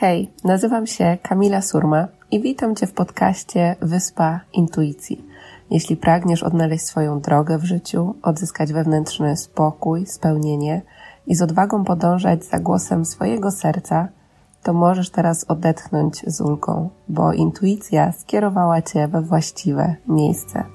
Hej, nazywam się Kamila Surma i witam Cię w podcaście Wyspa Intuicji. Jeśli pragniesz odnaleźć swoją drogę w życiu, odzyskać wewnętrzny spokój, spełnienie i z odwagą podążać za głosem swojego serca, to możesz teraz odetchnąć z ulgą, bo intuicja skierowała Cię we właściwe miejsce.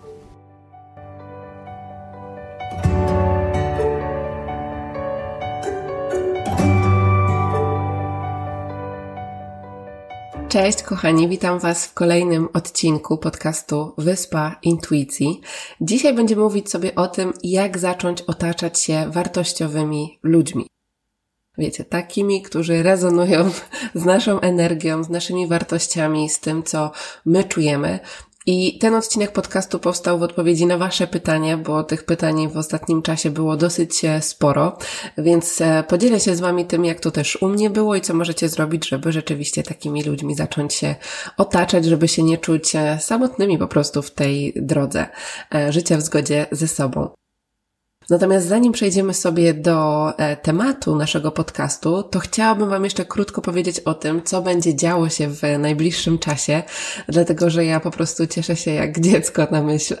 Cześć kochani, witam Was w kolejnym odcinku podcastu Wyspa Intuicji. Dzisiaj będziemy mówić sobie o tym, jak zacząć otaczać się wartościowymi ludźmi. Wiecie, takimi, którzy rezonują z naszą energią, z naszymi wartościami, z tym, co my czujemy. I ten odcinek podcastu powstał w odpowiedzi na Wasze pytania, bo tych pytań w ostatnim czasie było dosyć sporo, więc podzielę się z Wami tym, jak to też u mnie było i co możecie zrobić, żeby rzeczywiście takimi ludźmi zacząć się otaczać, żeby się nie czuć samotnymi po prostu w tej drodze życia w zgodzie ze sobą. Natomiast zanim przejdziemy sobie do tematu naszego podcastu, to chciałabym Wam jeszcze krótko powiedzieć o tym, co będzie działo się w najbliższym czasie, dlatego że ja po prostu cieszę się jak dziecko na myśl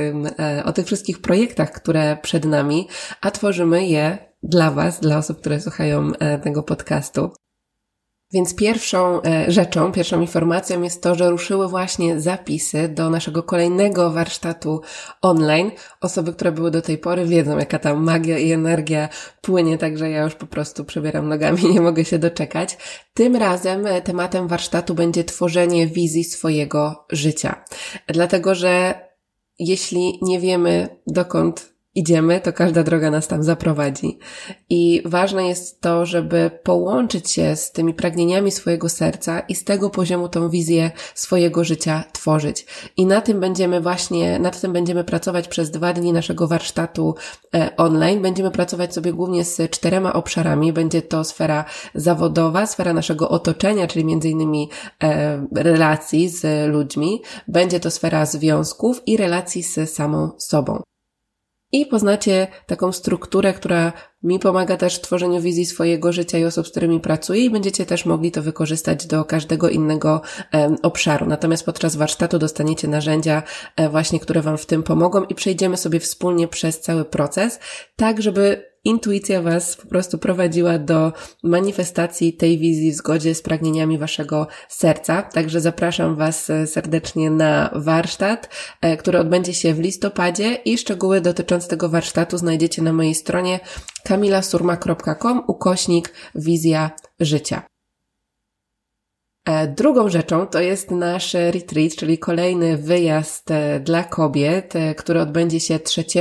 o tych wszystkich projektach, które przed nami, a tworzymy je dla Was, dla osób, które słuchają tego podcastu. Więc pierwszą informacją jest to, że ruszyły właśnie zapisy do naszego kolejnego warsztatu online. Osoby, które były do tej pory wiedzą, jaka tam magia i energia płynie, także ja już po prostu przebieram nogami, nie mogę się doczekać. Tym razem tematem warsztatu będzie tworzenie wizji swojego życia. Dlatego, że jeśli nie wiemy, dokąd idziemy, to każda droga nas tam zaprowadzi. I ważne jest to, żeby połączyć się z tymi pragnieniami swojego serca i z tego poziomu tą wizję swojego życia tworzyć. I nad tym będziemy pracować przez 2 dni naszego warsztatu online. Będziemy pracować sobie głównie z 4 obszarami. Będzie to sfera zawodowa, sfera naszego otoczenia, czyli między innymi relacji z ludźmi. Będzie to sfera związków i relacji z samą sobą. I poznacie taką strukturę, która mi pomaga też w tworzeniu wizji swojego życia i osób, z którymi pracuję i będziecie też mogli to wykorzystać do każdego innego obszaru. Natomiast podczas warsztatu dostaniecie narzędzia właśnie, które Wam w tym pomogą i przejdziemy sobie wspólnie przez cały proces, tak żeby intuicja Was po prostu prowadziła do manifestacji tej wizji w zgodzie z pragnieniami Waszego serca. Także zapraszam Was serdecznie na warsztat, który odbędzie się w listopadzie i szczegóły dotyczące tego warsztatu znajdziecie na mojej stronie kamilasurma.com/wizja życia. Drugą rzeczą to jest nasz retreat, czyli kolejny wyjazd dla kobiet, który odbędzie się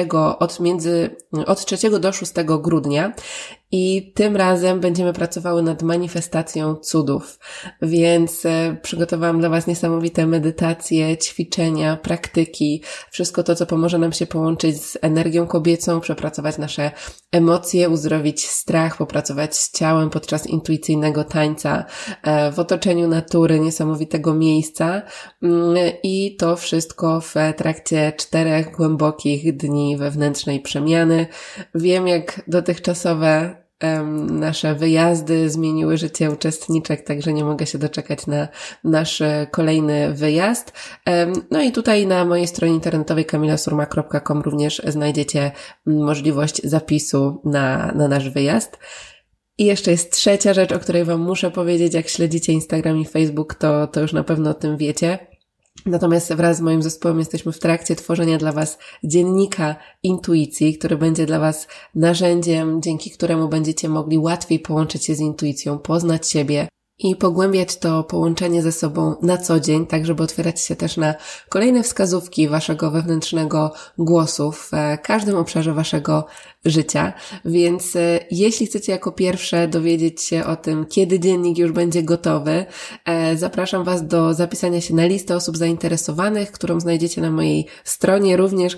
od 3 do 6 grudnia. I tym razem będziemy pracowały nad manifestacją cudów, więc przygotowałam dla Was niesamowite medytacje, ćwiczenia, praktyki, wszystko to, co pomoże nam się połączyć z energią kobiecą, przepracować nasze emocje, uzdrowić strach, popracować z ciałem podczas intuicyjnego tańca, w otoczeniu natury, niesamowitego miejsca i to wszystko w trakcie 4 głębokich dni wewnętrznej przemiany. Wiem, jak dotychczasowe nasze wyjazdy zmieniły życie uczestniczek, także nie mogę się doczekać na nasz kolejny wyjazd. No i tutaj na mojej stronie internetowej kamilasurma.com również znajdziecie możliwość zapisu na nasz wyjazd. I jeszcze jest trzecia rzecz, o której Wam muszę powiedzieć. Jak śledzicie Instagram i Facebook, to już na pewno o tym wiecie. Natomiast wraz z moim zespołem jesteśmy w trakcie tworzenia dla Was dziennika intuicji, który będzie dla Was narzędziem, dzięki któremu będziecie mogli łatwiej połączyć się z intuicją, poznać siebie i pogłębiać to połączenie ze sobą na co dzień, tak żeby otwierać się też na kolejne wskazówki Waszego wewnętrznego głosu w każdym obszarze Waszego życia. Więc jeśli chcecie jako pierwsze dowiedzieć się o tym, kiedy dziennik już będzie gotowy, zapraszam Was do zapisania się na listę osób zainteresowanych, którą znajdziecie na mojej stronie, również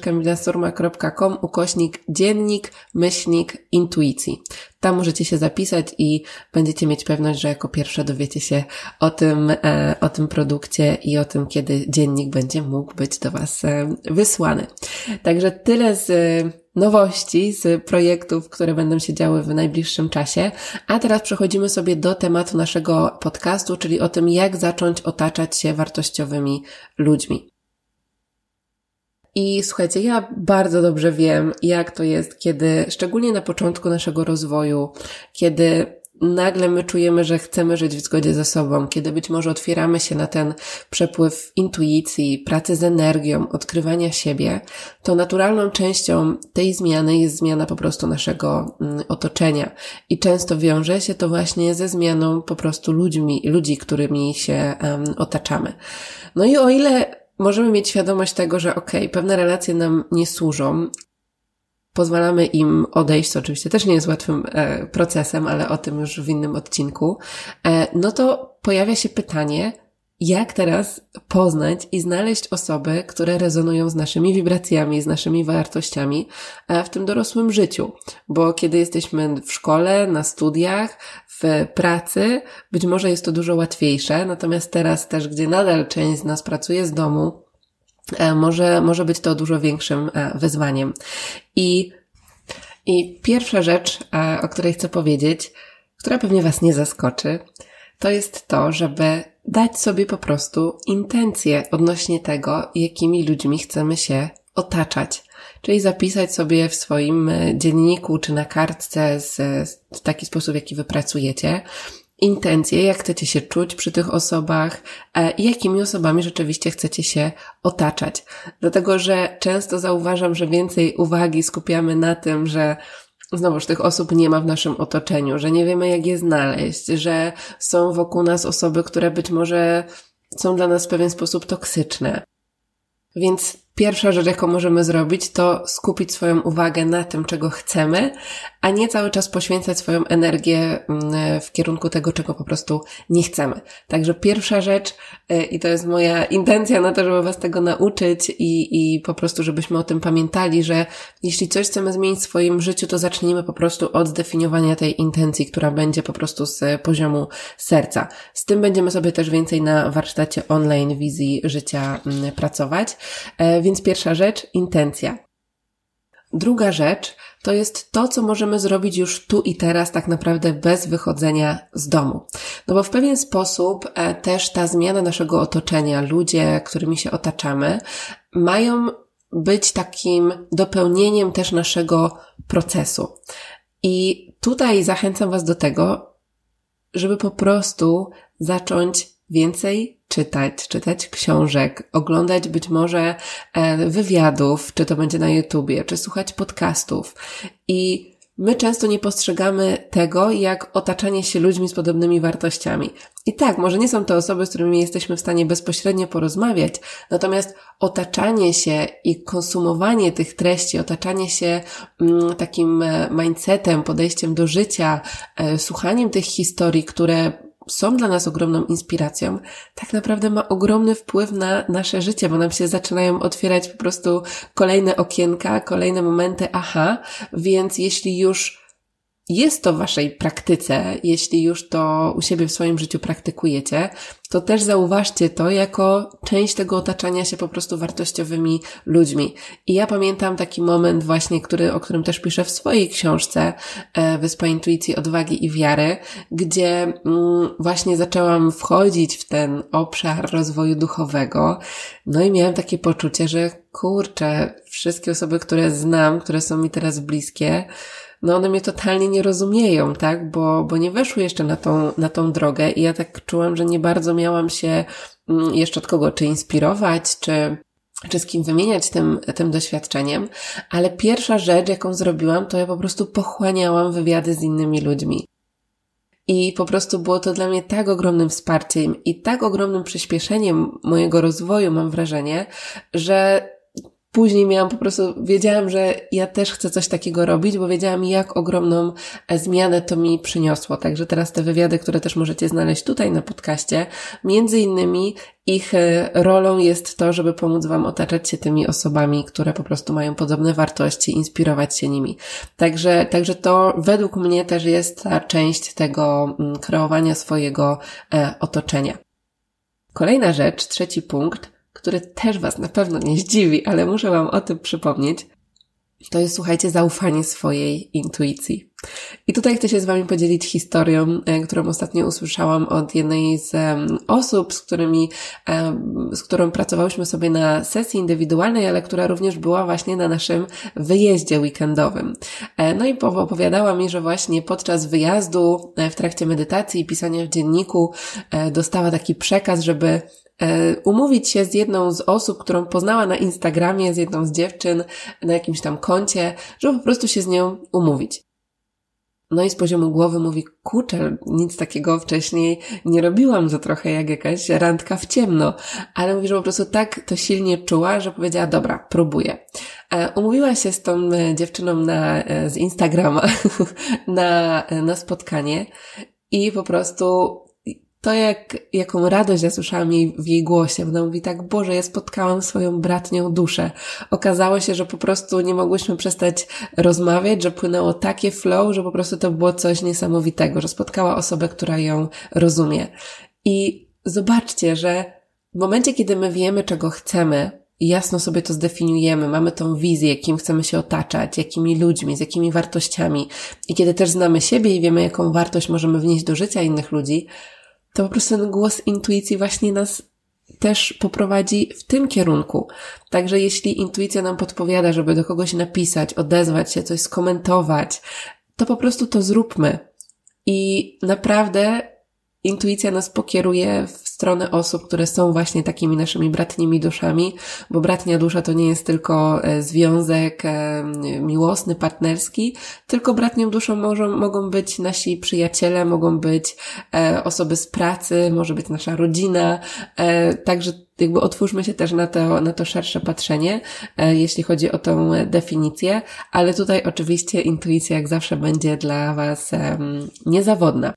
kamilasurma.com/dziennik-intuicji. Tam możecie się zapisać i będziecie mieć pewność, że jako pierwsze dowiecie się o tym produkcie i o tym, kiedy dziennik będzie mógł być do Was wysłany. Także tyle z nowości z projektów, które będą się działy w najbliższym czasie. A teraz przechodzimy sobie do tematu naszego podcastu, czyli o tym, jak zacząć otaczać się wartościowymi ludźmi. I słuchajcie, ja bardzo dobrze wiem, jak to jest, kiedy, szczególnie na początku naszego rozwoju, kiedy nagle my czujemy, że chcemy żyć w zgodzie ze sobą, kiedy być może otwieramy się na ten przepływ intuicji, pracy z energią, odkrywania siebie, to naturalną częścią tej zmiany jest zmiana po prostu naszego otoczenia. I często wiąże się to właśnie ze zmianą po prostu ludzi, którymi się otaczamy. No i o ile możemy mieć świadomość tego, że pewne relacje nam nie służą, pozwalamy im odejść, co oczywiście też nie jest łatwym procesem, ale o tym już w innym odcinku, no to pojawia się pytanie, jak teraz poznać i znaleźć osoby, które rezonują z naszymi wibracjami, z naszymi wartościami w tym dorosłym życiu. Bo kiedy jesteśmy w szkole, na studiach, w pracy, być może jest to dużo łatwiejsze, natomiast teraz też, gdzie nadal część z nas pracuje z domu, może być to dużo większym wyzwaniem. I pierwsza rzecz, o której chcę powiedzieć, która pewnie Was nie zaskoczy, to jest to, żeby dać sobie po prostu intencje odnośnie tego, jakimi ludźmi chcemy się otaczać. Czyli zapisać sobie w swoim dzienniku czy na kartce w taki sposób, jaki wypracujecie, intencje, jak chcecie się czuć przy tych osobach i jakimi osobami rzeczywiście chcecie się otaczać. Dlatego, że często zauważam, że więcej uwagi skupiamy na tym, że znowuż tych osób nie ma w naszym otoczeniu, że nie wiemy, jak je znaleźć, że są wokół nas osoby, które być może są dla nas w pewien sposób toksyczne. Więc pierwsza rzecz, jaką możemy zrobić, to skupić swoją uwagę na tym, czego chcemy, a nie cały czas poświęcać swoją energię w kierunku tego, czego po prostu nie chcemy. Także pierwsza rzecz, i to jest moja intencja na to, żeby Was tego nauczyć i po prostu, żebyśmy o tym pamiętali, że jeśli coś chcemy zmienić w swoim życiu, to zacznijmy po prostu od zdefiniowania tej intencji, która będzie po prostu z poziomu serca. Z tym będziemy sobie też więcej na warsztacie online wizji życia pracować. Więc pierwsza rzecz, intencja. Druga rzecz to jest to, co możemy zrobić już tu i teraz tak naprawdę bez wychodzenia z domu. No bo w pewien sposób też ta zmiana naszego otoczenia, ludzie, którymi się otaczamy, mają być takim dopełnieniem też naszego procesu. I tutaj zachęcam Was do tego, żeby po prostu zacząć więcej czytać książek, oglądać być może wywiadów, czy to będzie na YouTubie, czy słuchać podcastów. I my często nie postrzegamy tego, jak otaczanie się ludźmi z podobnymi wartościami. I tak, może nie są to osoby, z którymi jesteśmy w stanie bezpośrednio porozmawiać, natomiast otaczanie się i konsumowanie tych treści, otaczanie się takim mindsetem, podejściem do życia, słuchaniem tych historii, które są dla nas ogromną inspiracją, tak naprawdę ma ogromny wpływ na nasze życie, bo nam się zaczynają otwierać po prostu kolejne okienka, kolejne momenty więc jeśli już jest to w Waszej praktyce, jeśli już to u siebie w swoim życiu praktykujecie, to też zauważcie to jako część tego otaczania się po prostu wartościowymi ludźmi. I ja pamiętam taki moment właśnie, o którym też piszę w swojej książce Wyspa Intuicji, Odwagi i Wiary, gdzie właśnie zaczęłam wchodzić w ten obszar rozwoju duchowego. No i miałam takie poczucie, że kurczę, wszystkie osoby, które znam, które są mi teraz bliskie, no one mnie totalnie nie rozumieją, tak? Bo nie weszły jeszcze na tą drogę i ja tak czułam, że nie bardzo miałam się jeszcze od kogo, czy inspirować, czy z kim wymieniać tym doświadczeniem, ale pierwsza rzecz, jaką zrobiłam, to ja po prostu pochłaniałam wywiady z innymi ludźmi. I po prostu było to dla mnie tak ogromnym wsparciem i tak ogromnym przyspieszeniem mojego rozwoju, mam wrażenie, że później wiedziałam, że ja też chcę coś takiego robić, bo wiedziałam, jak ogromną zmianę to mi przyniosło. Także teraz te wywiady, które też możecie znaleźć tutaj na podcaście, między innymi ich rolą jest to, żeby pomóc Wam otaczać się tymi osobami, które po prostu mają podobne wartości, inspirować się nimi. Także to według mnie też jest ta część tego kreowania swojego otoczenia. Kolejna rzecz, trzeci punkt, który też Was na pewno nie zdziwi, ale muszę Wam o tym przypomnieć, to jest, słuchajcie, zaufanie swojej intuicji. I tutaj chcę się z Wami podzielić historią, którą ostatnio usłyszałam od jednej z osób, z którą pracowałyśmy sobie na sesji indywidualnej, ale która również była właśnie na naszym wyjeździe weekendowym. No i opowiadała mi, że właśnie podczas wyjazdu, w trakcie medytacji i pisania w dzienniku, dostała taki przekaz, żeby umówić się z jedną z osób, którą poznała na Instagramie, z jedną z dziewczyn na jakimś tam koncie, żeby po prostu się z nią umówić. No i z poziomu głowy mówi, kurczę, nic takiego wcześniej nie robiłam, to trochę jak jakaś randka w ciemno. Ale mówi, że po prostu tak to silnie czuła, że powiedziała, dobra, próbuję. Umówiła się z tą dziewczyną z Instagrama na spotkanie i po prostu to jaką radość ja słyszałam w jej głosie. Ona mówi tak, Boże, ja spotkałam swoją bratnią duszę. Okazało się, że po prostu nie mogłyśmy przestać rozmawiać, że płynęło takie flow, że po prostu to było coś niesamowitego, że spotkała osobę, która ją rozumie. I zobaczcie, że w momencie, kiedy my wiemy, czego chcemy, i jasno sobie to zdefiniujemy, mamy tą wizję, kim chcemy się otaczać, jakimi ludźmi, z jakimi wartościami i kiedy też znamy siebie i wiemy, jaką wartość możemy wnieść do życia innych ludzi, to po prostu ten głos intuicji właśnie nas też poprowadzi w tym kierunku. Także jeśli intuicja nam podpowiada, żeby do kogoś napisać, odezwać się, coś skomentować, to po prostu to zróbmy. I naprawdę intuicja nas pokieruje w stronę osób, które są właśnie takimi naszymi bratnimi duszami, bo bratnia dusza to nie jest tylko związek miłosny, partnerski, tylko bratnią duszą mogą być nasi przyjaciele, mogą być osoby z pracy, może być nasza rodzina, także jakby otwórzmy się też na to szersze patrzenie, jeśli chodzi o tą definicję, ale tutaj oczywiście intuicja jak zawsze będzie dla Was niezawodna.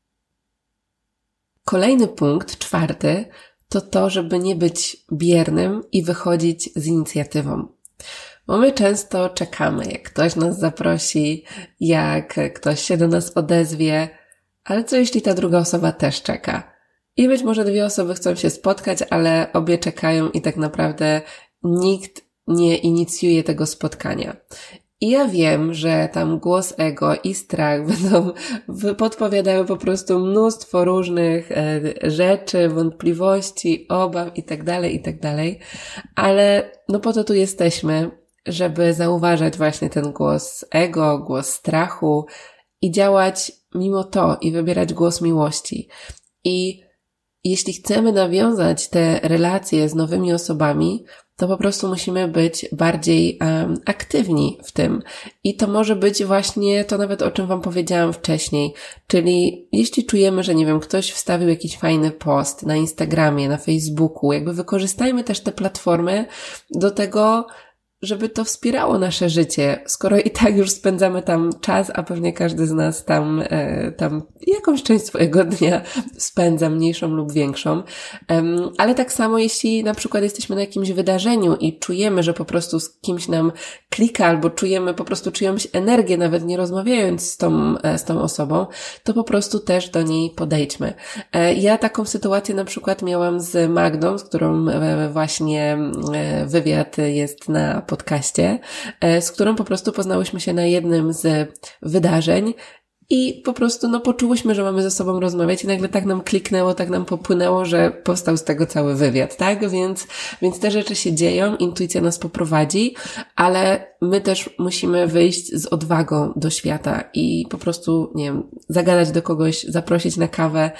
Kolejny punkt, 4, to, żeby nie być biernym i wychodzić z inicjatywą. Bo my często czekamy, jak ktoś nas zaprosi, jak ktoś się do nas odezwie, ale co jeśli ta druga osoba też czeka? I być może 2 osoby chcą się spotkać, ale obie czekają i tak naprawdę nikt nie inicjuje tego spotkania. I ja wiem, że tam głos ego i strach będą podpowiadały po prostu mnóstwo różnych rzeczy, wątpliwości, obaw i tak dalej, ale no po to tu jesteśmy, żeby zauważać właśnie ten głos ego, głos strachu i działać mimo to i wybierać głos miłości. I jeśli chcemy nawiązać te relacje z nowymi osobami, to po prostu musimy być bardziej aktywni w tym. I to może być właśnie to nawet o czym Wam powiedziałam wcześniej. Czyli jeśli czujemy, że nie wiem, ktoś wstawił jakiś fajny post na Instagramie, na Facebooku, jakby wykorzystajmy też te platformy do tego, żeby to wspierało nasze życie, skoro i tak już spędzamy tam czas, a pewnie każdy z nas tam jakąś część swojego dnia spędza, mniejszą lub większą. Ale tak samo jeśli na przykład jesteśmy na jakimś wydarzeniu i czujemy, że po prostu z kimś nam klika albo czujemy po prostu czyjąś energię, nawet nie rozmawiając z tą osobą, to po prostu też do niej podejdźmy. Ja taką sytuację na przykład miałam z Magdą, z którą właśnie wywiad jest na podcaście, z którą po prostu poznałyśmy się na jednym z wydarzeń i po prostu poczułyśmy, że mamy ze sobą rozmawiać i nagle tak nam kliknęło, tak nam popłynęło, że powstał z tego cały wywiad, tak? Więc te rzeczy się dzieją, intuicja nas poprowadzi, ale my też musimy wyjść z odwagą do świata i po prostu, nie wiem, zagadać do kogoś, zaprosić na kawę.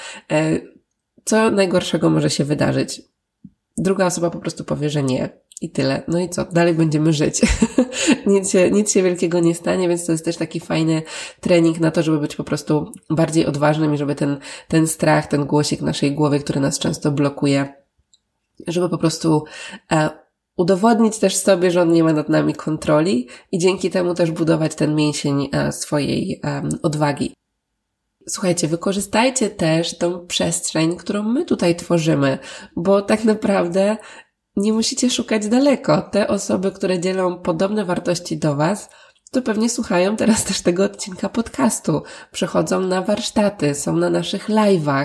Co najgorszego może się wydarzyć? Druga osoba po prostu powie, że nie. I tyle. No i co? Dalej będziemy żyć. Nic się wielkiego nie stanie, więc to jest też taki fajny trening na to, żeby być po prostu bardziej odważnym i żeby ten strach, ten głosik naszej głowy, który nas często blokuje, żeby po prostu udowodnić też sobie, że on nie ma nad nami kontroli i dzięki temu też budować ten mięsień swojej odwagi. Słuchajcie, wykorzystajcie też tą przestrzeń, którą my tutaj tworzymy, bo tak naprawdę nie musicie szukać daleko. Te osoby, które dzielą podobne wartości do Was, to pewnie słuchają teraz też tego odcinka podcastu. Przychodzą na warsztaty, są na naszych live'ach,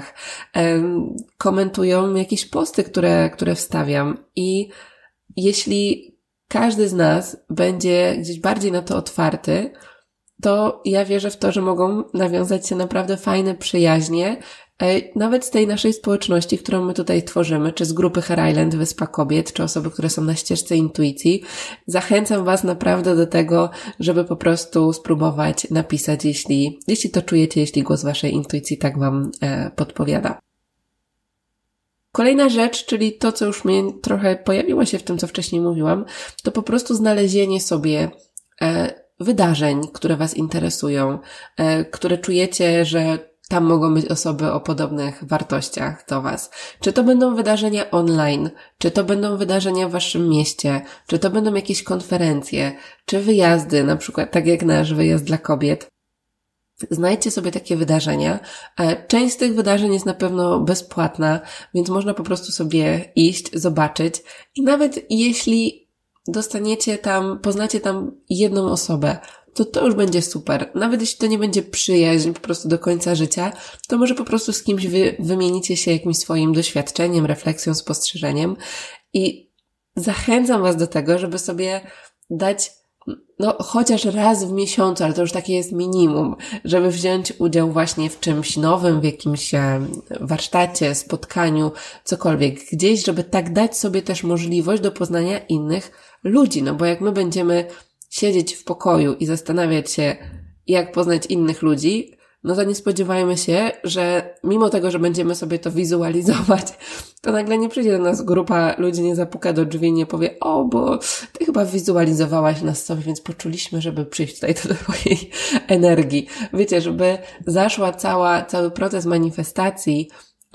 komentują jakieś posty, które wstawiam. I jeśli każdy z nas będzie gdzieś bardziej na to otwarty, to ja wierzę w to, że mogą nawiązać się naprawdę fajne przyjaźnie, nawet z tej naszej społeczności, którą my tutaj tworzymy, czy z grupy Hair Island, Wyspa Kobiet, czy osoby, które są na ścieżce intuicji. Zachęcam Was naprawdę do tego, żeby po prostu spróbować napisać, jeśli to czujecie, jeśli głos Waszej intuicji tak Wam podpowiada. Kolejna rzecz, czyli to, co już mnie trochę pojawiło się w tym, co wcześniej mówiłam, to po prostu znalezienie sobie wydarzeń, które Was interesują, które czujecie, że tam mogą być osoby o podobnych wartościach do Was. Czy to będą wydarzenia online, czy to będą wydarzenia w Waszym mieście, czy to będą jakieś konferencje, czy wyjazdy, na przykład tak jak nasz wyjazd dla kobiet. Znajdźcie sobie takie wydarzenia. Część z tych wydarzeń jest na pewno bezpłatna, więc można po prostu sobie iść, zobaczyć i nawet jeśli poznacie tam jedną osobę, to już będzie super. Nawet jeśli to nie będzie przyjaźń po prostu do końca życia, to może po prostu z kimś wymienicie się jakimś swoim doświadczeniem, refleksją, spostrzeżeniem i zachęcam Was do tego, żeby sobie dać chociaż raz w miesiącu, ale to już takie jest minimum, żeby wziąć udział właśnie w czymś nowym, w jakimś warsztacie, spotkaniu, cokolwiek gdzieś, żeby tak dać sobie też możliwość do poznania innych ludzi, bo jak my będziemy siedzieć w pokoju i zastanawiać się, jak poznać innych ludzi, to nie spodziewajmy się, że mimo tego, że będziemy sobie to wizualizować, to nagle nie przyjdzie do nas grupa ludzi, nie zapuka do drzwi i nie powie, bo ty chyba wizualizowałaś nas sobie, więc poczuliśmy, żeby przyjść tutaj do twojej energii. Wiecie, żeby zaszła cały proces manifestacji,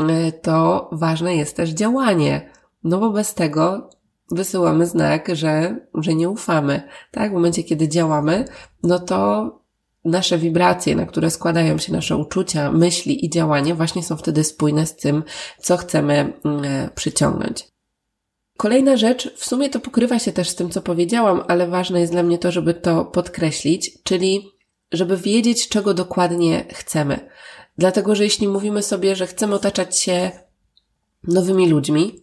to ważne jest też działanie. Bo bez tego wysyłamy znak, że nie ufamy. Tak? W momencie, kiedy działamy, to nasze wibracje, na które składają się nasze uczucia, myśli i działanie właśnie są wtedy spójne z tym, co chcemy przyciągnąć. Kolejna rzecz, w sumie to pokrywa się też z tym, co powiedziałam, ale ważne jest dla mnie to, żeby to podkreślić, czyli żeby wiedzieć, czego dokładnie chcemy. Dlatego, że jeśli mówimy sobie, że chcemy otaczać się nowymi ludźmi,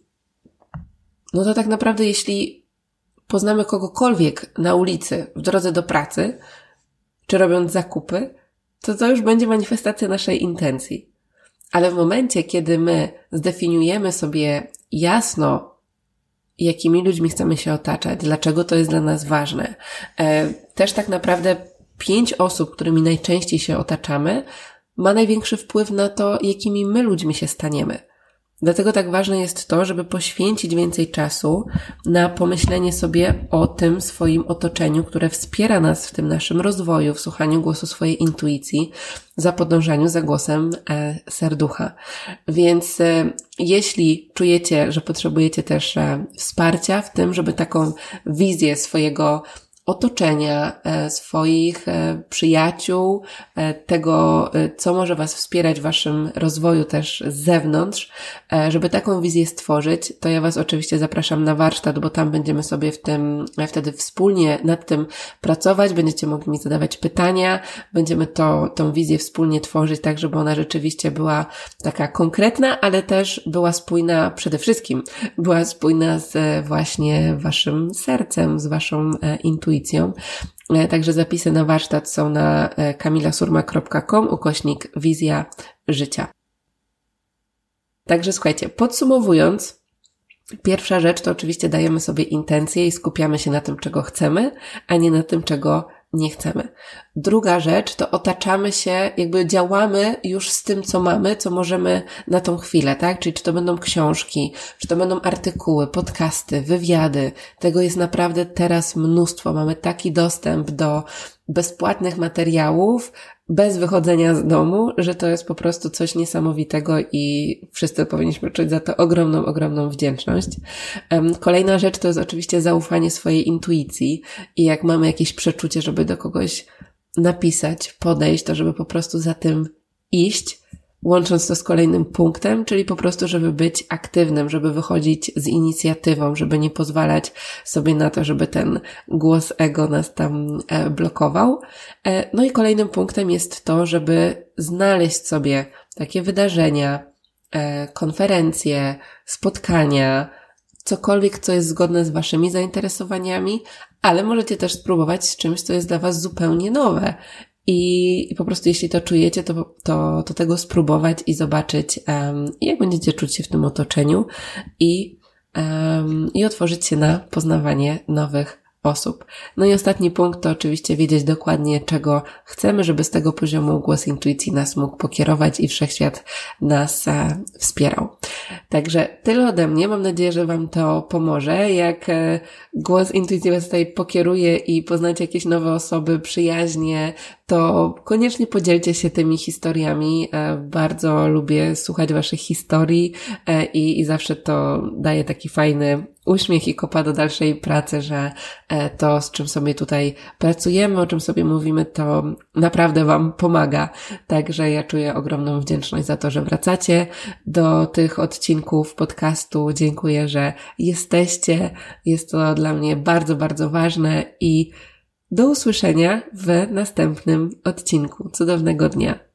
to tak naprawdę jeśli poznamy kogokolwiek na ulicy, w drodze do pracy, czy robiąc zakupy, to już będzie manifestacja naszej intencji. Ale w momencie, kiedy my zdefiniujemy sobie jasno, jakimi ludźmi chcemy się otaczać, dlaczego to jest dla nas ważne, też tak naprawdę 5 osób, którymi najczęściej się otaczamy, ma największy wpływ na to, jakimi my ludźmi się staniemy. Dlatego tak ważne jest to, żeby poświęcić więcej czasu na pomyślenie sobie o tym swoim otoczeniu, które wspiera nas w tym naszym rozwoju, w słuchaniu głosu swojej intuicji, za podążaniu za głosem serducha. Więc jeśli czujecie, że potrzebujecie też wsparcia w tym, żeby taką wizję swojego otoczenia, swoich przyjaciół, tego, co może Was wspierać w Waszym rozwoju też z zewnątrz, żeby taką wizję stworzyć, to ja Was oczywiście zapraszam na warsztat, bo tam będziemy sobie wtedy wspólnie nad tym pracować, będziecie mogli mi zadawać pytania, będziemy tą wizję wspólnie tworzyć tak, żeby ona rzeczywiście była taka konkretna, ale też była spójna przede wszystkim, była spójna z właśnie Waszym sercem, z Waszą intuicją. Także zapisy na warsztat są na kamilasurma.com/wizja życia. Także słuchajcie, podsumowując, pierwsza rzecz to oczywiście dajemy sobie intencje i skupiamy się na tym, czego chcemy, a nie na tym, czego nie chcemy. Druga rzecz to otaczamy się, działamy już z tym, co mamy, co możemy na tą chwilę, tak? Czyli czy to będą książki, czy to będą artykuły, podcasty, wywiady. Tego jest naprawdę teraz mnóstwo. Mamy taki dostęp do bezpłatnych materiałów, bez wychodzenia z domu, że to jest po prostu coś niesamowitego i wszyscy powinniśmy czuć za to ogromną, ogromną wdzięczność. Kolejna rzecz to jest oczywiście zaufanie swojej intuicji i jak mamy jakieś przeczucie, żeby do kogoś napisać, podejść, to żeby po prostu za tym iść, łącząc to z kolejnym punktem, czyli po prostu, żeby być aktywnym, żeby wychodzić z inicjatywą, żeby nie pozwalać sobie na to, żeby ten głos ego nas tam blokował. No i kolejnym punktem jest to, żeby znaleźć sobie takie wydarzenia, konferencje, spotkania, cokolwiek, co jest zgodne z waszymi zainteresowaniami, ale możecie też spróbować z czymś, co jest dla was zupełnie nowe. I po prostu jeśli to czujecie, to tego spróbować i zobaczyć, jak będziecie czuć się w tym otoczeniu i otworzyć się na poznawanie nowych osób. No i ostatni punkt to oczywiście wiedzieć dokładnie, czego chcemy, żeby z tego poziomu głos intuicji nas mógł pokierować i wszechświat nas wspierał. Także tyle ode mnie. Mam nadzieję, że wam to pomoże. Jak głos intuicji was tutaj pokieruje i poznacie jakieś nowe osoby, przyjaźnie, to koniecznie podzielcie się tymi historiami. Bardzo lubię słuchać waszych historii i zawsze to daje taki fajny uśmiech i kopa do dalszej pracy, że to, z czym sobie tutaj pracujemy, o czym sobie mówimy, to naprawdę wam pomaga. Także ja czuję ogromną wdzięczność za to, że wracacie do tych odcinków podcastu. Dziękuję, że jesteście. Jest to dla mnie bardzo, bardzo ważne i do usłyszenia w następnym odcinku. Cudownego dnia.